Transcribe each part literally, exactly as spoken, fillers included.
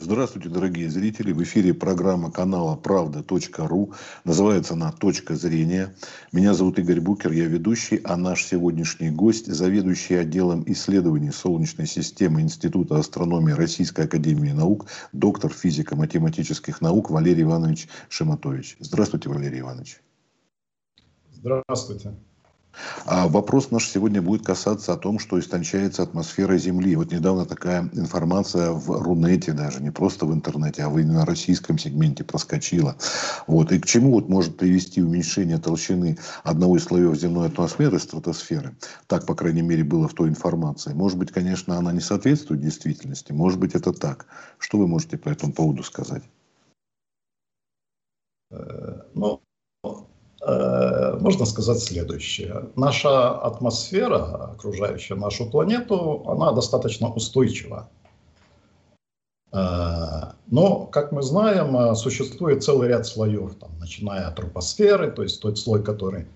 Здравствуйте, дорогие зрители. В эфире программа канала правда точка ру. Называется она «Точка зрения». Меня зовут Игорь Букер, я ведущий, а наш сегодняшний гость – заведующий отделом исследований Солнечной системы Института астрономии Российской академии наук, доктор физико-математических наук Валерий Иванович Шематович. Здравствуйте, Валерий Иванович. Здравствуйте. А вопрос наш сегодня будет касаться о том, что истончается атмосфера Земли. Вот недавно такая информация в Рунете даже, не просто в интернете, а в именно российском сегменте проскочила. Вот. И к чему вот может привести уменьшение толщины одного из слоев земной атмосферы, стратосферы? Так, по крайней мере, было в той информации. Может быть, конечно, она не соответствует действительности. Может быть, это так. Что вы можете по этому поводу сказать? Ну, можно сказать следующее. Наша атмосфера, окружающая нашу планету, она достаточно устойчива. Но, как мы знаем, существует целый ряд слоев, там, начиная от тропосферы, то есть тот слой, который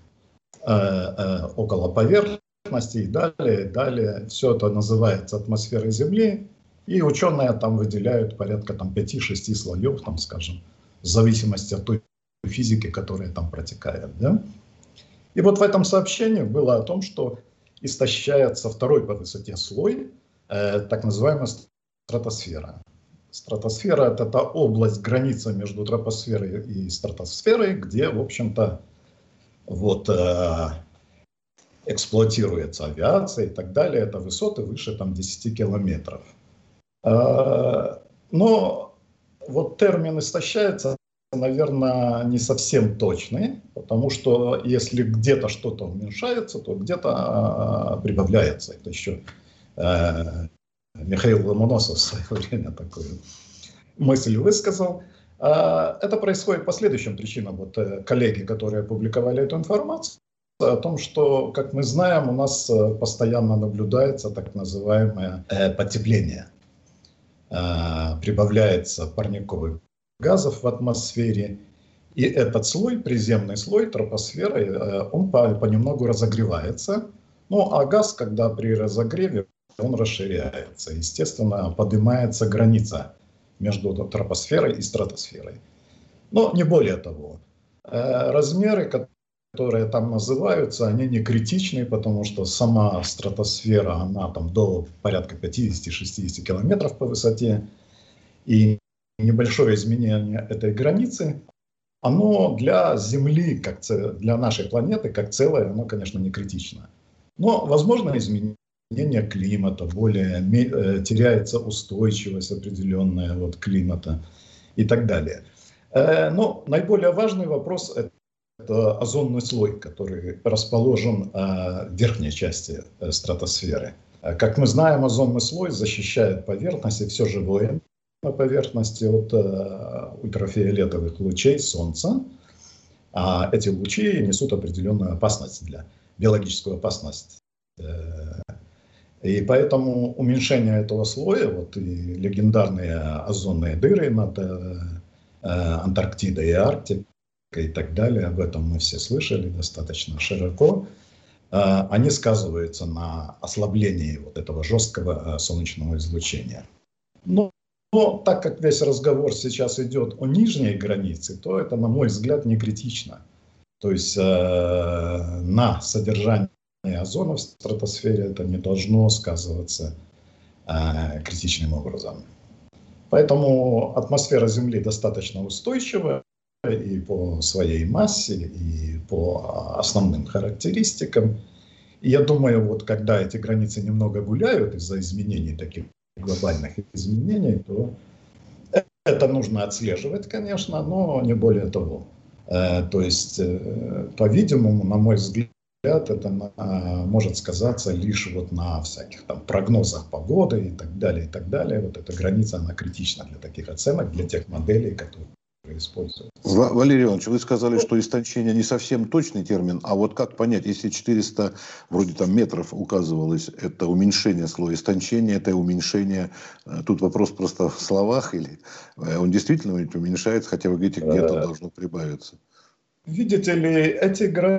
около поверхности, и далее, и далее. Все это называется атмосферой Земли. И ученые там выделяют порядка там, пяти-шести слоев, там, скажем, в зависимости от той физики, которая там протекает. Да? И вот в этом сообщении было о том, что истощается второй по высоте слой, э, так называемая стратосфера. Стратосфера – это та область, граница между тропосферой и стратосферой, где, в общем-то, вот, э, эксплуатируется авиация и так далее. Это высоты выше там, десяти километров. Э, но вот термин «истощается», наверное, не совсем точный, потому что если где-то что-то уменьшается, то где-то э, прибавляется. Это еще э, Михаил Ломоносов в свое время такую мысль высказал. Э, это происходит по следующим причинам. Вот э, коллеги, которые опубликовали эту информацию, о том, что, как мы знаем, у нас э, постоянно наблюдается так называемое э, потепление. Э, прибавляется парниковый газов в атмосфере, и этот слой, приземный слой тропосферы, он понемногу разогревается. Ну а газ, когда при разогреве, он расширяется. Естественно, поднимается граница между тропосферой и стратосферой. Но не более того. Размеры, которые там называются, они не критичны, потому что сама стратосфера, она там до порядка пятидесяти-шестидесяти километров по высоте. И небольшое изменение этой границы, оно для Земли, как для нашей планеты, как целое, оно, конечно, не критично. Но возможно изменение климата, более э, теряется устойчивость определенная вот, климата и так далее. Э, но наиболее важный вопрос – это озонный слой, который расположен э, в верхней части э, стратосферы. Как мы знаем, озонный слой защищает поверхность и все живое на поверхности от э, ультрафиолетовых лучей Солнца. А эти лучи несут определенную опасность, для биологическую опасность. И поэтому уменьшение этого слоя, вот и легендарные озонные дыры над э, Антарктидой и Арктикой и так далее, об этом мы все слышали достаточно широко, э, они сказываются на ослаблении вот этого жесткого э, солнечного излучения. Но Но так как весь разговор сейчас идет о нижней границе, то это, на мой взгляд, не критично. То есть э, на содержании озона в стратосфере это не должно сказываться э, критичным образом. Поэтому атмосфера Земли достаточно устойчива и по своей массе, и по основным характеристикам. И я думаю, вот когда эти границы немного гуляют из-за изменений таких глобальных изменений, то это нужно отслеживать, конечно, но не более того. То есть, по-видимому, на мой взгляд, это может сказаться лишь вот на всяких там прогнозах погоды и так далее, и так далее. Вот эта граница, она критична для таких оценок, для тех моделей, которые используются. Валерий Иванович, вы сказали, что истончение не совсем точный термин, а вот как понять, если четыреста вроде там метров указывалось, это уменьшение слоя, истончение это уменьшение, тут вопрос просто в словах, или он действительно уменьшается, хотя вы говорите, где-то должно прибавиться? Видите ли, эти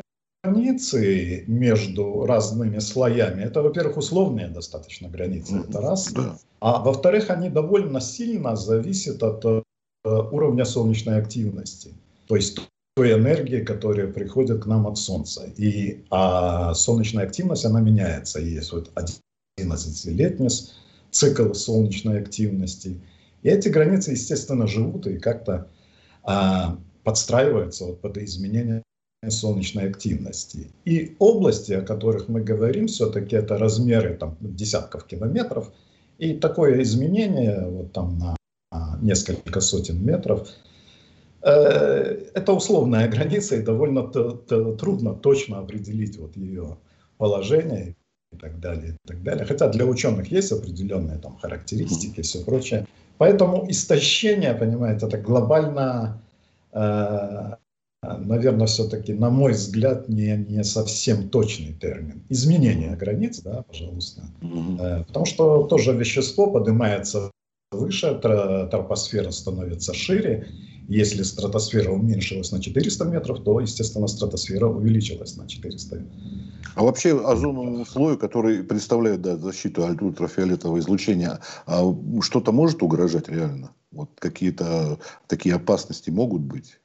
границы между разными слоями, это, во-первых, условные достаточно границы, это раз. Да. А во-вторых, они довольно сильно зависят от э, уровня солнечной активности. То есть той энергии, которая приходит к нам от Солнца. И а солнечная активность, она меняется. Есть вот одиннадцатилетний цикл солнечной активности. И эти границы, естественно, живут и как-то а, подстраиваются вот под изменения солнечной активности. И области, о которых мы говорим, все-таки это размеры там, десятков километров. И такое изменение вот, там, на, на несколько сотен метров, э, это условная граница, и довольно трудно точно определить вот, ее положение и так далее, и так далее. Хотя для ученых есть определенные там, характеристики и все прочее. Поэтому истощение, понимаете, это глобально... Э, наверное, все-таки, на мой взгляд, не, не совсем точный термин. Изменение границ, да, пожалуйста. Mm-hmm. Потому что тоже вещество поднимается выше, тропосфера становится шире. Если стратосфера уменьшилась на четыреста метров, то, естественно, стратосфера увеличилась на четыреста. А вообще озоновому слою, который представляет да, защиту от ультрафиолетового излучения, а что-то может угрожать реально? Вот какие-то такие опасности могут быть?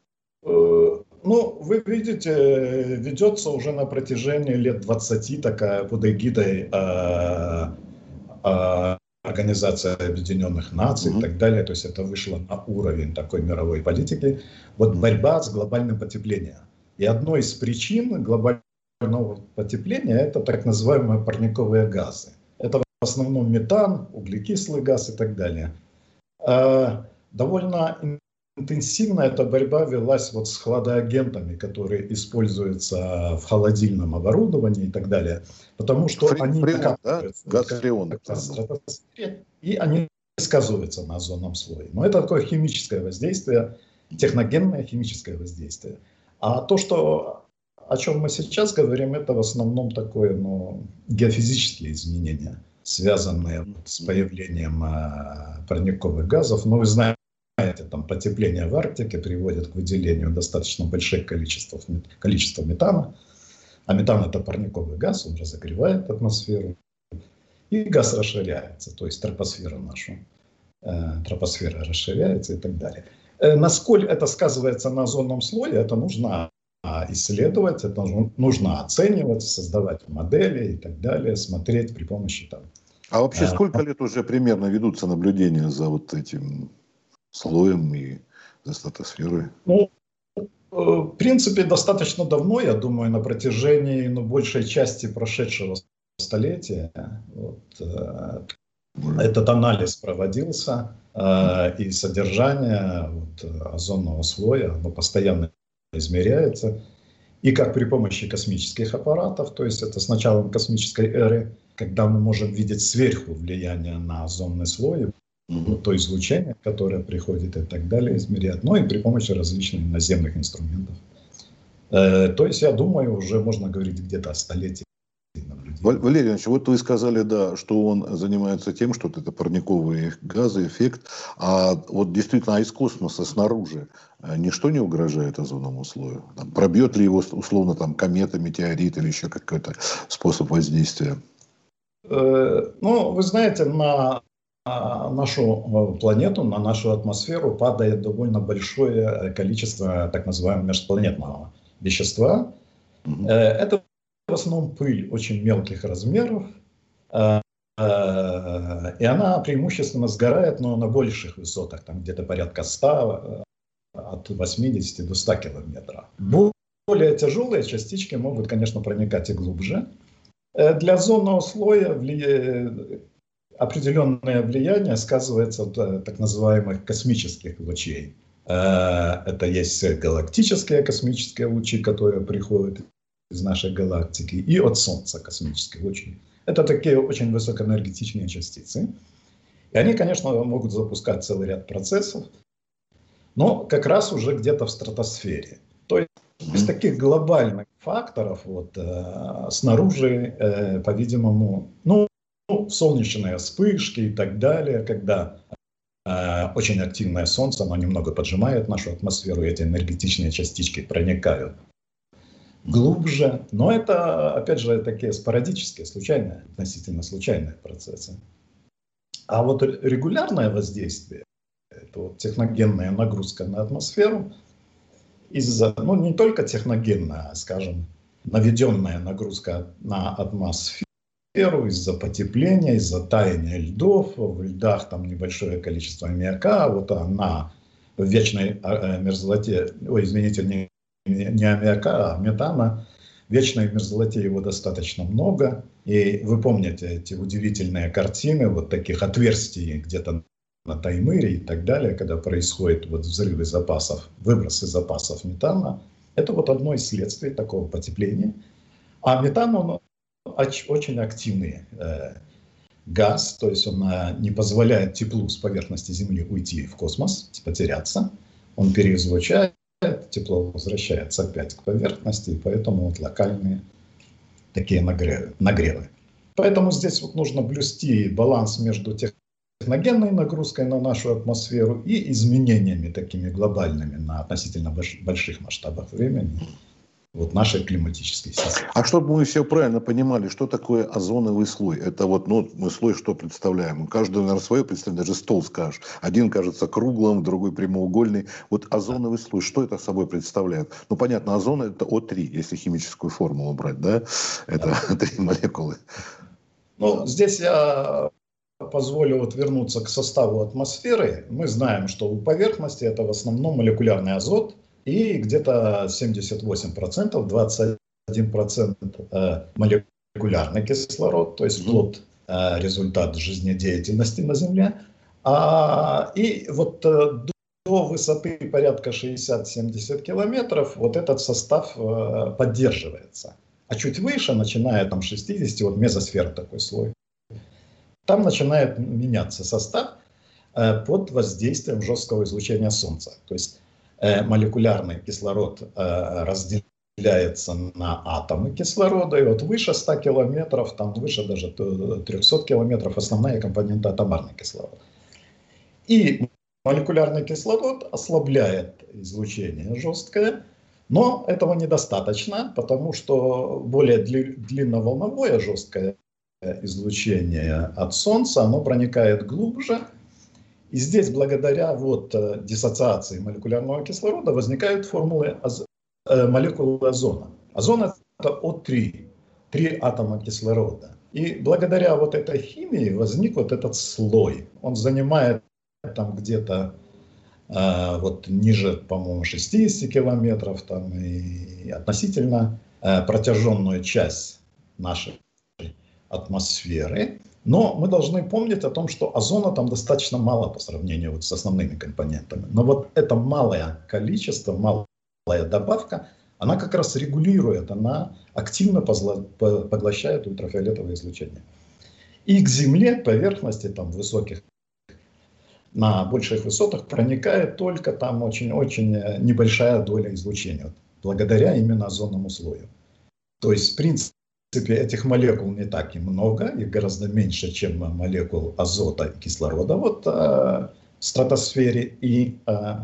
Ну, вы видите, ведется уже на протяжении лет двадцати такая под эгидой э, э, Организации Объединенных Наций mm-hmm. и так далее. То есть это вышло на уровень такой мировой политики. Вот борьба с глобальным потеплением. И одной из причин глобального потепления это так называемые парниковые газы. Это в основном метан, углекислый газ и так далее. Э, довольно интенсивно эта борьба велась вот с хладоагентами, которые используются в холодильном оборудовании и так далее, потому что Фри, они фреон, да? Газ фреон, и они сказываются на озонном слое. Но это такое химическое воздействие, техногенное химическое воздействие. А то, что, о чем мы сейчас говорим, это в основном такое, ну, геофизические изменения, связанные с появлением а, парниковых газов. Но вы знаете, Знаете, там потепление в Арктике приводит к выделению достаточно больших количеств, количества метана. А метан это парниковый газ, он разогревает атмосферу. И газ расширяется, то есть тропосфера нашу. Э, тропосфера расширяется и так далее. Э, насколько это сказывается на озонном слое, это нужно исследовать, это нужно оценивать, создавать модели и так далее, смотреть при помощи там. А вообще сколько лет уже примерно ведутся наблюдения за вот этим слоем и за стратосферой? Ну, в принципе, достаточно давно, я думаю, на протяжении ну, большей части прошедшего столетия вот, э, этот анализ проводился, э, и содержание вот, озонного слоя оно постоянно измеряется. И как при помощи космических аппаратов, то есть это с началом космической эры, когда мы можем видеть сверху влияние на озонный слой, Mm-hmm. то излучение, которое приходит и так далее, измеряет, но и при помощи различных наземных инструментов. Э, то есть, я думаю, уже можно говорить где-то о столетии наблюдения. Валерий Иванович, вот вы сказали, да, что он занимается тем, что это парниковые газы, эффект, а вот действительно из космоса снаружи ничто не угрожает озоновому слою? Там, пробьет ли его условно там комета, метеорит или еще какой-то способ воздействия? Э, ну, вы знаете, на нашу планету, на нашу атмосферу падает довольно большое количество так называемого межпланетного вещества. Mm-hmm. Это в основном пыль очень мелких размеров, и она преимущественно сгорает, но на больших высотах, там где-то порядка ста, от восьмидесяти до ста километров. Более тяжелые частички могут, конечно, проникать и глубже. Для озонного слоя влияет определенное влияние сказывается от так называемых космических лучей. Это есть галактические космические лучи, которые приходят из нашей галактики, и от Солнца космические лучи. Это такие очень высокоэнергетичные частицы. И они, конечно, могут запускать целый ряд процессов, но как раз уже где-то в стратосфере. То есть из таких глобальных факторов вот, э, снаружи, э, по-видимому, ну, солнечные вспышки и так далее, когда э, очень активное солнце, оно немного поджимает нашу атмосферу, и эти энергетичные частички проникают глубже. Но это, опять же, такие спорадические, случайные, относительно случайные процессы. А вот регулярное воздействие, это вот техногенная нагрузка на атмосферу, из-за, ну не только техногенная, а, скажем, наведенная нагрузка на атмосферу из-за потепления, из-за таяния льдов, в льдах там небольшое количество аммиака, вот на вечной мерзлоте, ой, извините, не, не аммиака, а метана, в вечной мерзлоте его достаточно много, и вы помните эти удивительные картины вот таких отверстий где-то на Таймыре и так далее, когда происходят вот взрывы запасов, выбросы запасов метана. Это вот одно из следствий такого потепления. А метан, он очень активный э, газ, то есть он э, не позволяет теплу с поверхности Земли уйти в космос, потеряться. Он переизлучает, тепло возвращается опять к поверхности, и поэтому вот локальные такие нагревы. нагревы. Поэтому здесь вот нужно блюсти баланс между техногенной нагрузкой на нашу атмосферу и изменениями такими глобальными на относительно больших масштабах времени вот нашей климатической системы. А чтобы мы все правильно понимали, что такое озоновый слой? Это вот, ну, мы слой что представляем? Каждый, наверное, свое представляет, даже стол скажешь. Один кажется круглым, другой прямоугольный. Вот озоновый слой, что это собой представляет? Ну, понятно, озон это О три, если химическую формулу брать, да? Это да. Три молекулы. Ну, здесь я позволю вот вернуться к составу атмосферы. Мы знаем, что у поверхности это в основном молекулярный азот, и где-то семьдесят восемь процентов, двадцать один процент молекулярный кислород, то есть плод, результат жизнедеятельности на Земле. А, и вот до высоты порядка шестьдесят-семьдесят километров вот этот состав поддерживается. А чуть выше, начиная там шестьдесят, вот мезосфера такой слой, там начинает меняться состав под воздействием жесткого излучения Солнца. То есть молекулярный кислород э, разделяется на атомы кислорода, и вот выше ста километров, там выше даже трехсот километров основная компонента атомарный кислород. И молекулярный кислород ослабляет излучение жесткое, но этого недостаточно, потому что более дли, длинноволновое жесткое излучение от Солнца, оно проникает глубже. И здесь, благодаря вот диссоциации молекулярного кислорода, возникают формулы оз... э, молекулы озона. Озон – это О три, три атома кислорода. И благодаря вот этой химии возник вот этот слой. Он занимает там где-то э, вот ниже, по-моему, шестидесяти километров, там, и относительно э, протяженную часть нашей атмосферы. Но мы должны помнить о том, что озона там достаточно мало по сравнению вот с основными компонентами. Но вот это малое количество, малая добавка, она как раз регулирует, она активно поглощает ультрафиолетовое излучение. И к Земле, к поверхности, там высоких, на больших высотах проникает только там очень-очень небольшая доля излучения, вот, благодаря именно озонному слою. То есть, в принципе, В принципе, этих молекул не так и много, их гораздо меньше, чем молекул азота и кислорода вот, э, в стратосфере и э,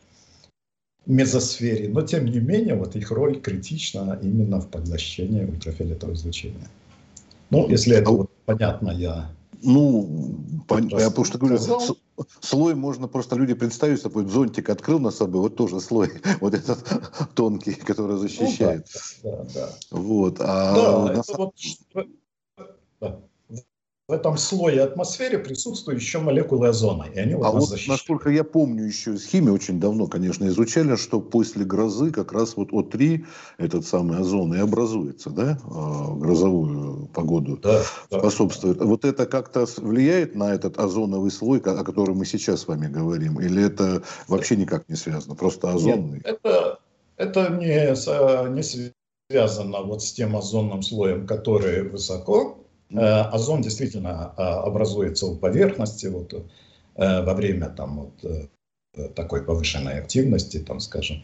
мезосфере. Но, тем не менее, вот их роль критична именно в поглощении ультрафиолетового излучения. Ну, если это вот понятно, я... Ну, пон... я просто говорю, с... слой можно просто люди представить, такой зонтик открыл на собой, вот тоже слой, вот этот тонкий, который защищает. Ну, да, да, да. Вот. А да, на... это вот... да. В этом слое атмосферы присутствуют еще молекулы озона. И они вот а нас вот, защищают. насколько я помню, еще из химии очень давно, конечно, изучали, что после грозы как раз вот О три, этот самый озон, и образуется, да, грозовую погоду Да, способствует. Да. Вот это как-то влияет на этот озоновый слой, о котором мы сейчас с вами говорим, или это вообще никак не связано, просто озонный? Нет, это, это не, не связано вот с тем озонным слоем, который высоко. Озон действительно образуется у поверхности вот, во время там, вот, такой повышенной активности, там, скажем.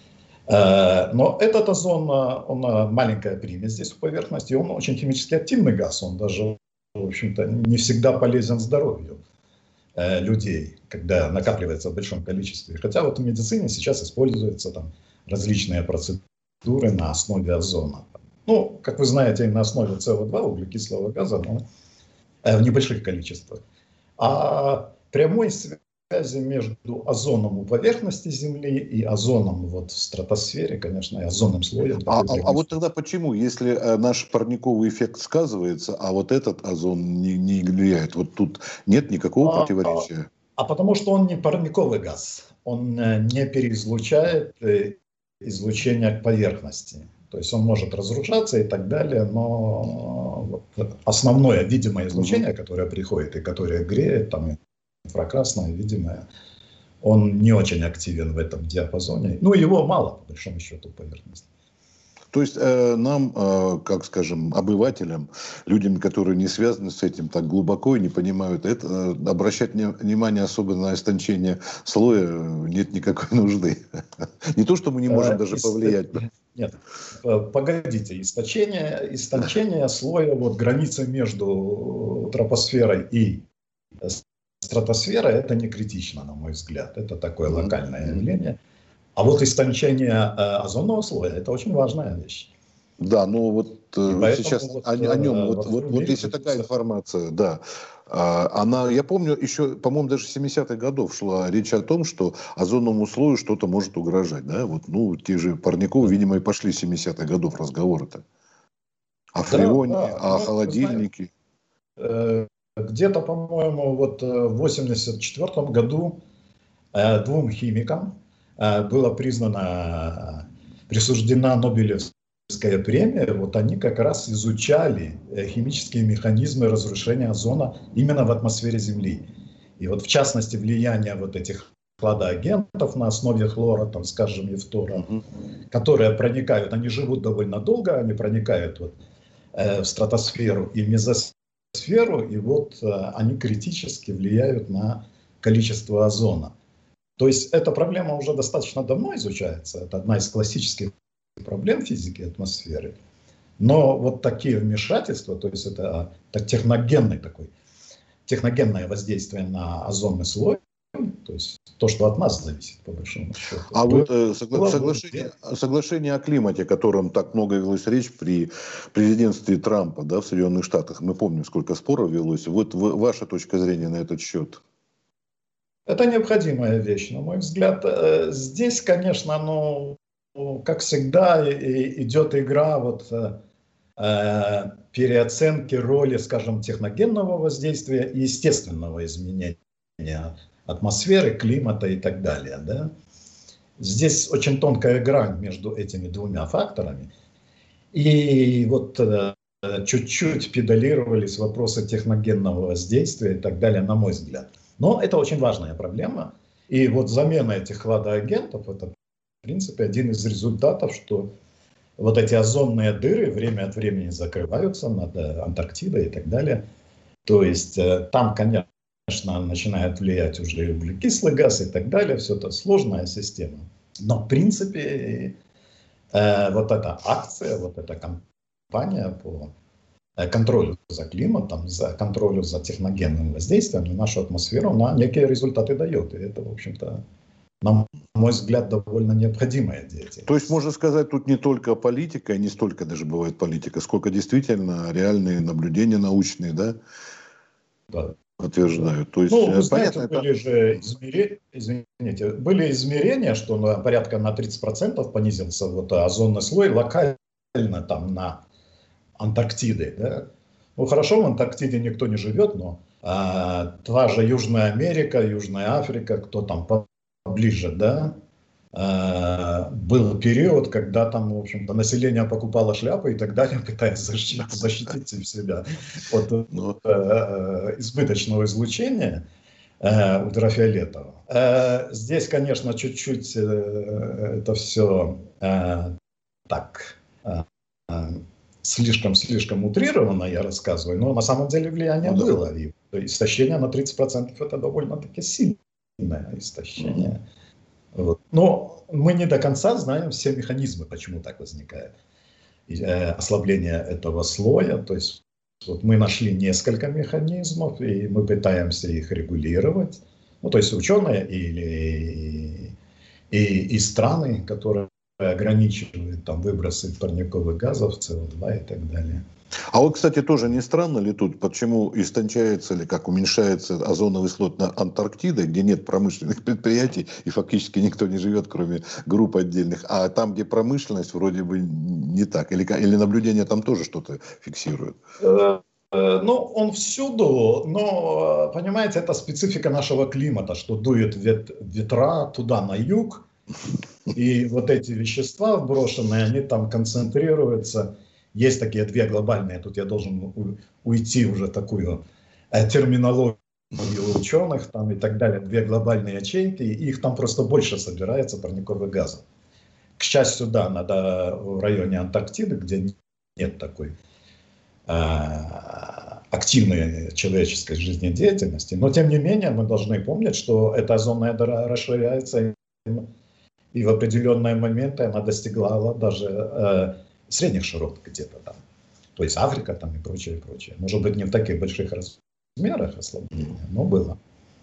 Но этот озон, он маленькая примесь здесь у поверхности, он очень химически активный газ, он даже, в общем-то, не всегда полезен здоровью людей, когда накапливается в большом количестве. Хотя вот в медицине сейчас используются там различные процедуры на основе озона. Ну, как вы знаете, на основе С О два, углекислого газа, но э, в небольших количествах. А прямой связи между озоном у поверхности Земли и озоном вот в стратосфере, конечно, и озонным слоем. А, а, а вот тогда почему, если э, наш парниковый эффект сказывается, а вот этот озон не, не влияет? Вот тут нет никакого а, противоречия. А потому что он не парниковый газ, он не переизлучает излучение к поверхности. То есть он может разрушаться и так далее, но вот основное видимое излучение, которое приходит и которое греет, там инфракрасное, видимое, он не очень активен в этом диапазоне. Ну, его мало, по большому счету, поверхности. То есть э, нам, э, как скажем, обывателям, людям, которые не связаны с этим так глубоко и не понимают это, э, обращать не, внимание особенно на истончение слоя нет никакой нужды. Не то, что мы не можем даже повлиять. Нет, погодите, истончение, истончение слоя, вот граница между тропосферой и стратосферой, это не критично, на мой взгляд. Это такое локальное явление. А вот истончение э, озонного слоя – это очень важная вещь. Да, ну вот э, сейчас вот, о, о нем, вот, вот, вот если это... такая информация, да, она, я помню, еще, по-моему, даже с семидесятых годов шла речь о том, что озонному слою что-то может угрожать, да, вот, ну, те же Парниковы, видимо, и пошли с семидесятых годов разговоры-то. О фреоне, да, да. о ну, холодильнике. Знаете, э, где-то, по-моему, вот в восемьдесят четвёртом году э, двум химикам была признана, присуждена Нобелевская премия, вот они как раз изучали химические механизмы разрушения озона именно в атмосфере Земли. И вот в частности влияние вот этих хладоагентов на основе хлора, там, скажем, и фтора, uh-huh. которые проникают, они живут довольно долго, они проникают вот, э, в стратосферу и мезосферу, и вот э, они критически влияют на количество озона. То есть эта проблема уже достаточно давно изучается. Это одна из классических проблем физики атмосферы. Но вот такие вмешательства, то есть это так, техногенный такой, техногенное воздействие на озонный слой, то есть то, что от нас зависит, по большому счету. А вот э, согла- соглашение, соглашение о климате, о котором так много велось речь при президентстве Трампа, да, в Соединенных Штатах, мы помним, сколько споров велось. Вот в, ваша точка зрения на этот счет? Это необходимая вещь, на мой взгляд. Здесь, конечно, ну, как всегда, идет игра вот, э, переоценки роли, скажем, техногенного воздействия и естественного изменения атмосферы, климата и так далее. Да? Здесь очень тонкая грань между этими двумя факторами. И вот э, чуть-чуть педалировались вопросы техногенного воздействия и так далее, на мой взгляд. Но это очень важная проблема. И вот замена этих хладоагентов, это, в принципе, один из результатов, что вот эти озонные дыры время от времени закрываются над Антарктидой и так далее. То есть там, конечно, начинает влиять уже и углекислый газ и так далее. Все это сложная система. Но, в принципе, вот эта акция, вот эта кампания по контролю за климатом, за контролю за техногенным воздействием на нашу атмосферу, она некие результаты дает. И это, в общем-то, на мой взгляд, довольно необходимая деятельность. То есть, можно сказать, тут не только политика, и не столько даже бывает политика, сколько действительно реальные наблюдения научные, да, да. утверждают. То есть, ну, вы знаете, понятно, были это... же измерения, извините, были измерения, что на порядка на тридцать процентов понизился вот озонный слой локально там на Антарктиды. Да? Ну, хорошо, в Антарктиде никто не живет, но а, та же Южная Америка, Южная Африка, кто там поближе, да, а, был период, когда там, в общем-то, население покупало шляпы и так далее, пытаясь защитить, защитить себя от но... а, избыточного излучения а, ультрафиолетового. А, здесь, конечно, чуть-чуть а, это все а, так... А, слишком-слишком утрированно я рассказываю, но на самом деле влияние ну, было. Да. И истощение на тридцать процентов это довольно-таки сильное истощение. Mm-hmm. Вот. Но мы не до конца знаем все механизмы, почему так возникает и, э, ослабление этого слоя. То есть вот мы нашли несколько механизмов, и мы пытаемся их регулировать. Ну, то есть ученые или и, и, и страны, которые ограничивают там выбросы парниковых газов, С О два и так далее. А вот, кстати, тоже не странно ли тут, почему истончается или как уменьшается озоновый слой на Антарктиде, где нет промышленных предприятий и фактически никто не живет, кроме групп отдельных, а там, где промышленность, вроде бы не так, или, или наблюдения там тоже что-то фиксируют? Ну, он всюду, но, понимаете, это специфика нашего климата, что дует вет, ветра туда, на юг, и вот эти вещества вброшенные, они там концентрируются. Есть такие две глобальные, тут я должен уйти уже в такую э, терминологию ученых там и так далее, две глобальные ячейки, и их там просто больше собирается парниковых газов. К счастью, да, надо в районе Антарктиды, где нет такой э, активной человеческой жизнедеятельности, но тем не менее мы должны помнить, что эта озонная дыра расширяется, и в определенные моменты она достигала даже э, средних широт где-то там. То есть Африка там и прочее, прочее. Может быть, не в таких больших размерах ослабления, но было.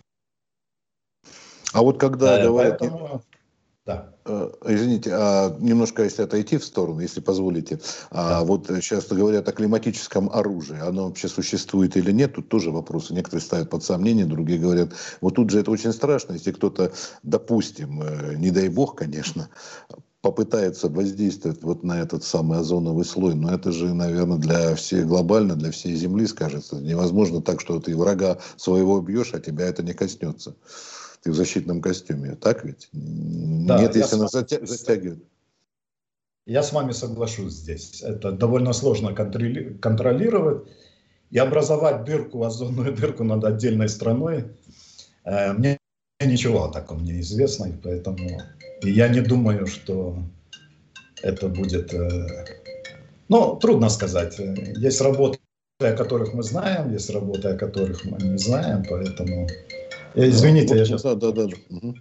А вот когда э, говорят... Поэтому, да. Извините, а немножко если отойти в сторону, если позволите. Да. А вот сейчас говорят о климатическом оружии. Оно вообще существует или нет? Тут тоже вопросы. Некоторые ставят под сомнение, другие говорят, вот тут же это очень страшно, если кто-то, допустим, не дай бог, конечно, попытается воздействовать вот на этот самый озоновый слой, но это же, наверное, для всех глобально, для всей Земли, скажется. Невозможно так, что ты врага своего бьешь, а тебя это не коснется. Ты в защитном костюме, так ведь? Да, нет, если она затя... затягивает. Я с вами соглашусь здесь. Это довольно сложно контроли... контролировать. И образовать дырку, озонную дырку над отдельной страной, э, мне ничего о таком не известно, и поэтому и я не думаю, что это будет... Э... Ну, трудно сказать. Есть работы, о которых мы знаем, есть работы, о которых мы не знаем, поэтому... Извините, да, я сейчас... Да, да, да. Угу.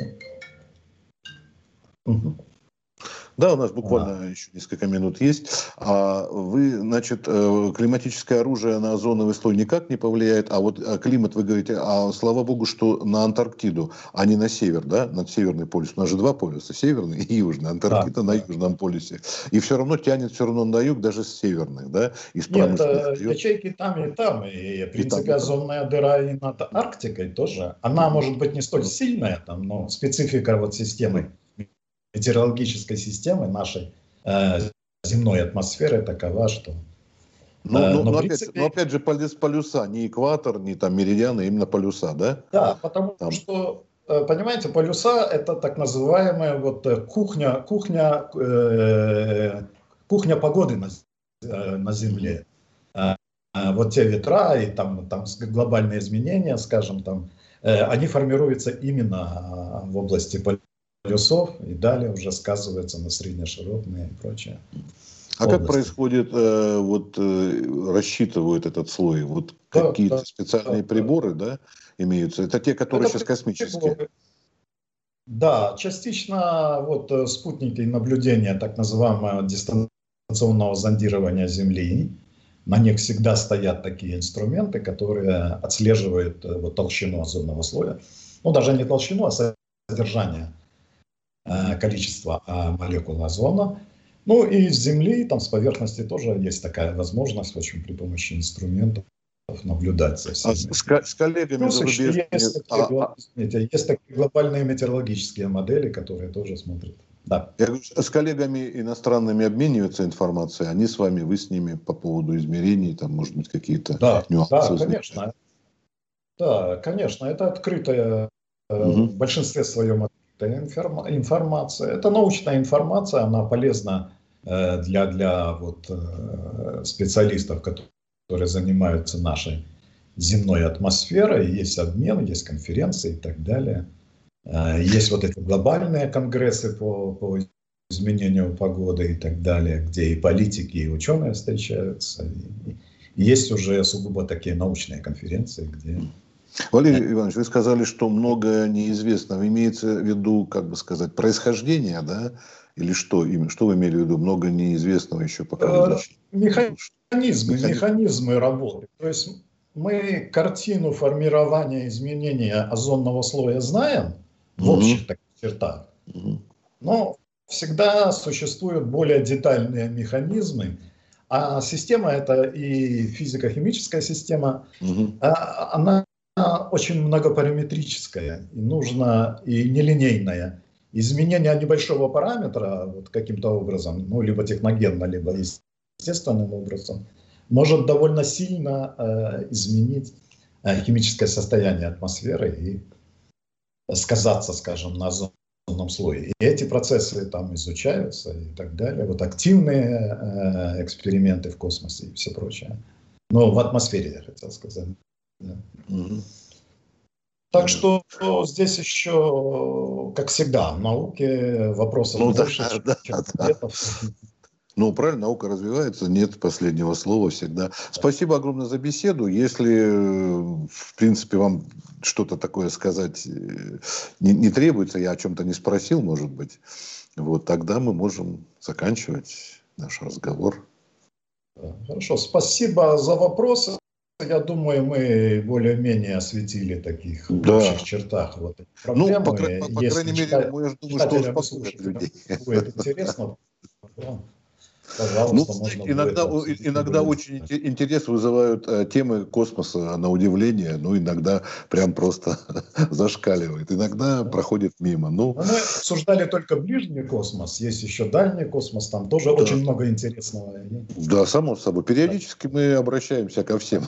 Угу. Да, у нас буквально а. еще несколько минут есть. А вы, значит, климатическое оружие на озоновый слой никак не повлияет, а вот климат, вы говорите, а слава богу, что на Антарктиду, а не на север, да, на Северный полюс. У нас же два полюса, Северный и Южный. Антарктида да, на да. Южном полюсе. И все равно тянет все равно на юг, даже с северных, да, из промышленных. Нет, ячейки там и там. И, в принципе, озонная дыра и над Арктикой тоже. Она, mm-hmm. может быть, не столь сильная, там, но специфика вот системы, метеорологической системы нашей э, земной атмосферы такова, что... Ну, э, но, но, принципе... опять, но опять же полюса, не экватор, не там меридианы, именно полюса, да? Да, потому там. что, понимаете, полюса это так называемая вот кухня, кухня, э, кухня погоды на, на Земле. Mm-hmm. Вот те ветра и там, там глобальные изменения, скажем, там, э, они формируются именно в области полюса. Полюсов, и далее уже сказывается на среднеширотные и прочее. А области. Как происходит, э, вот э, рассчитывают этот слой? Вот да, какие-то да, специальные да, приборы, да. да, имеются? Это те, которые Это сейчас космические? Приборы. Да, частично вот спутники наблюдения, так называемого дистанционного зондирования Земли. На них всегда стоят такие инструменты, которые отслеживают вот толщину озонного слоя. Ну, даже не толщину, а содержание. Количество молекул озона. Ну и с Земли, там с поверхности тоже есть такая возможность очень при помощи инструментов наблюдать за всеми. А с, с коллегами Плюс зарубежными... Есть, такие, а, есть такие глобальные метеорологические модели, которые тоже смотрят. Да. Я говорю, с коллегами иностранными обмениваются информацией, они с вами, вы с ними по поводу измерений, там может быть какие-то да, нюансы. Да, конечно. Да, конечно, это открытая угу. в большинстве своем информация. Это научная информация, она полезна э, для, для вот, э, специалистов, которые занимаются нашей земной атмосферой. Есть обмен, есть конференции и так далее. Э, есть вот эти глобальные конгрессы по, по изменению погоды и так далее, где и политики, и ученые встречаются. И, и есть уже сугубо такие научные конференции, где... Валерий Иванович, вы сказали, что многое неизвестно. Имеется в виду, как бы сказать, происхождение, да? Или что? Что вы имели в виду? Много неизвестного еще пока. Механизмы, механизмы работы. То есть мы картину формирования изменения озонного слоя знаем в общих таких чертах. Но всегда существуют более детальные механизмы, а система это и физико-химическая система, Мгм. а, она очень многопараметрическая, и нужно и нелинейная. Изменение небольшого параметра вот каким-то образом, ну либо техногенно, либо естественным образом, может довольно сильно э, изменить э, химическое состояние атмосферы и сказаться, скажем, на озоновом слое. И эти процессы там изучаются и так далее. Вот активные э, эксперименты в космосе и все прочее. Но в атмосфере, я хотел сказать. Да. Мгм. Так Да. что здесь еще, как всегда, в науке вопросов Ну да, больше, да, чем да. ответов. Ну, правильно, наука развивается, нет последнего слова всегда. Спасибо огромное за беседу. Если, э, в принципе, вам что-то такое сказать э, не, не требуется, я о чем-то не спросил, может быть, вот тогда мы можем заканчивать наш разговор. Хорошо, спасибо за вопросы. Я думаю, мы более-менее осветили таких в общих Да. чертах вот эту Ну, по, проблему. кра- И по- по крайней если мере, чита- ну, я ж думаю, что читателям и успокоит слушателям людей. будет интересно, то, Ну, пожалуйста, знаете, можно будет иногда, о- и- обсудить иногда более очень детально. инте- интерес вызывают э, темы космоса, на удивление, ну, иногда прям просто зашкаливает, иногда Да. проходит мимо. Ну, Но мы обсуждали только ближний космос, есть еще дальний космос, там тоже да, очень много интересного. И- да, само собой. Периодически мы обращаемся ко всем.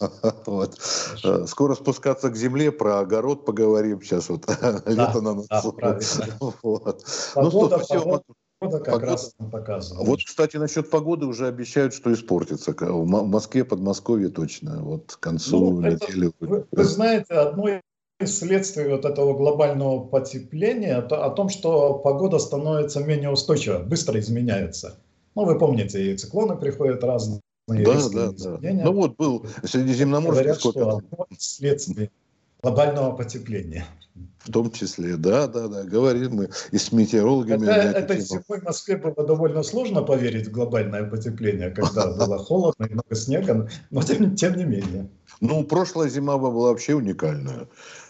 Вот. Хорошо. Э, Скоро спускаться к земле, про огород поговорим. Сейчас вот лето Да, на да, носу. правильно. Вот. Ну что, Погода, спасибо вам. погода как Погода. раз нам показывает. Вот, кстати, насчет погоды уже обещают, что испортится. К- В Мо- в Москве, Подмосковье точно. Вот к Ну, концу это, недели. вы, вы знаете, одно из следствий вот этого глобального потепления то, о том, что погода становится менее устойчива, быстро изменяется. Ну, вы помните, и циклоны приходят разные, Да, да, резкие да. Ну изменения. вот был Средиземноморский, Говорят, сколько что там? одно из следствий глобального потепления. В том числе, да, да, да. Говорим мы и с метеорологами Хотя на эту этой тему. зимой в Москве было довольно сложно поверить в глобальное потепление, когда было холодно и много снега, но тем, тем не менее. Ну, прошлая зима была вообще уникальная.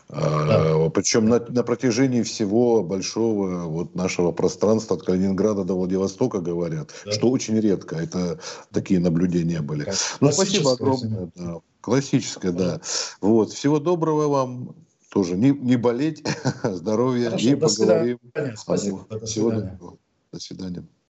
Да, А, причем на, на протяжении всего большого вот нашего пространства от Калининграда до Владивостока говорят, да. что очень редко. Это такие наблюдения были. Как Ну, спасибо классическая зима. огромное. Да. Классическое, да. Да. Вот. Всего доброго вам. Тоже не, не болеть, здоровья и Хорошо, до свидания. поговорим. Спасибо, до Всего свидания. доброго. До свидания.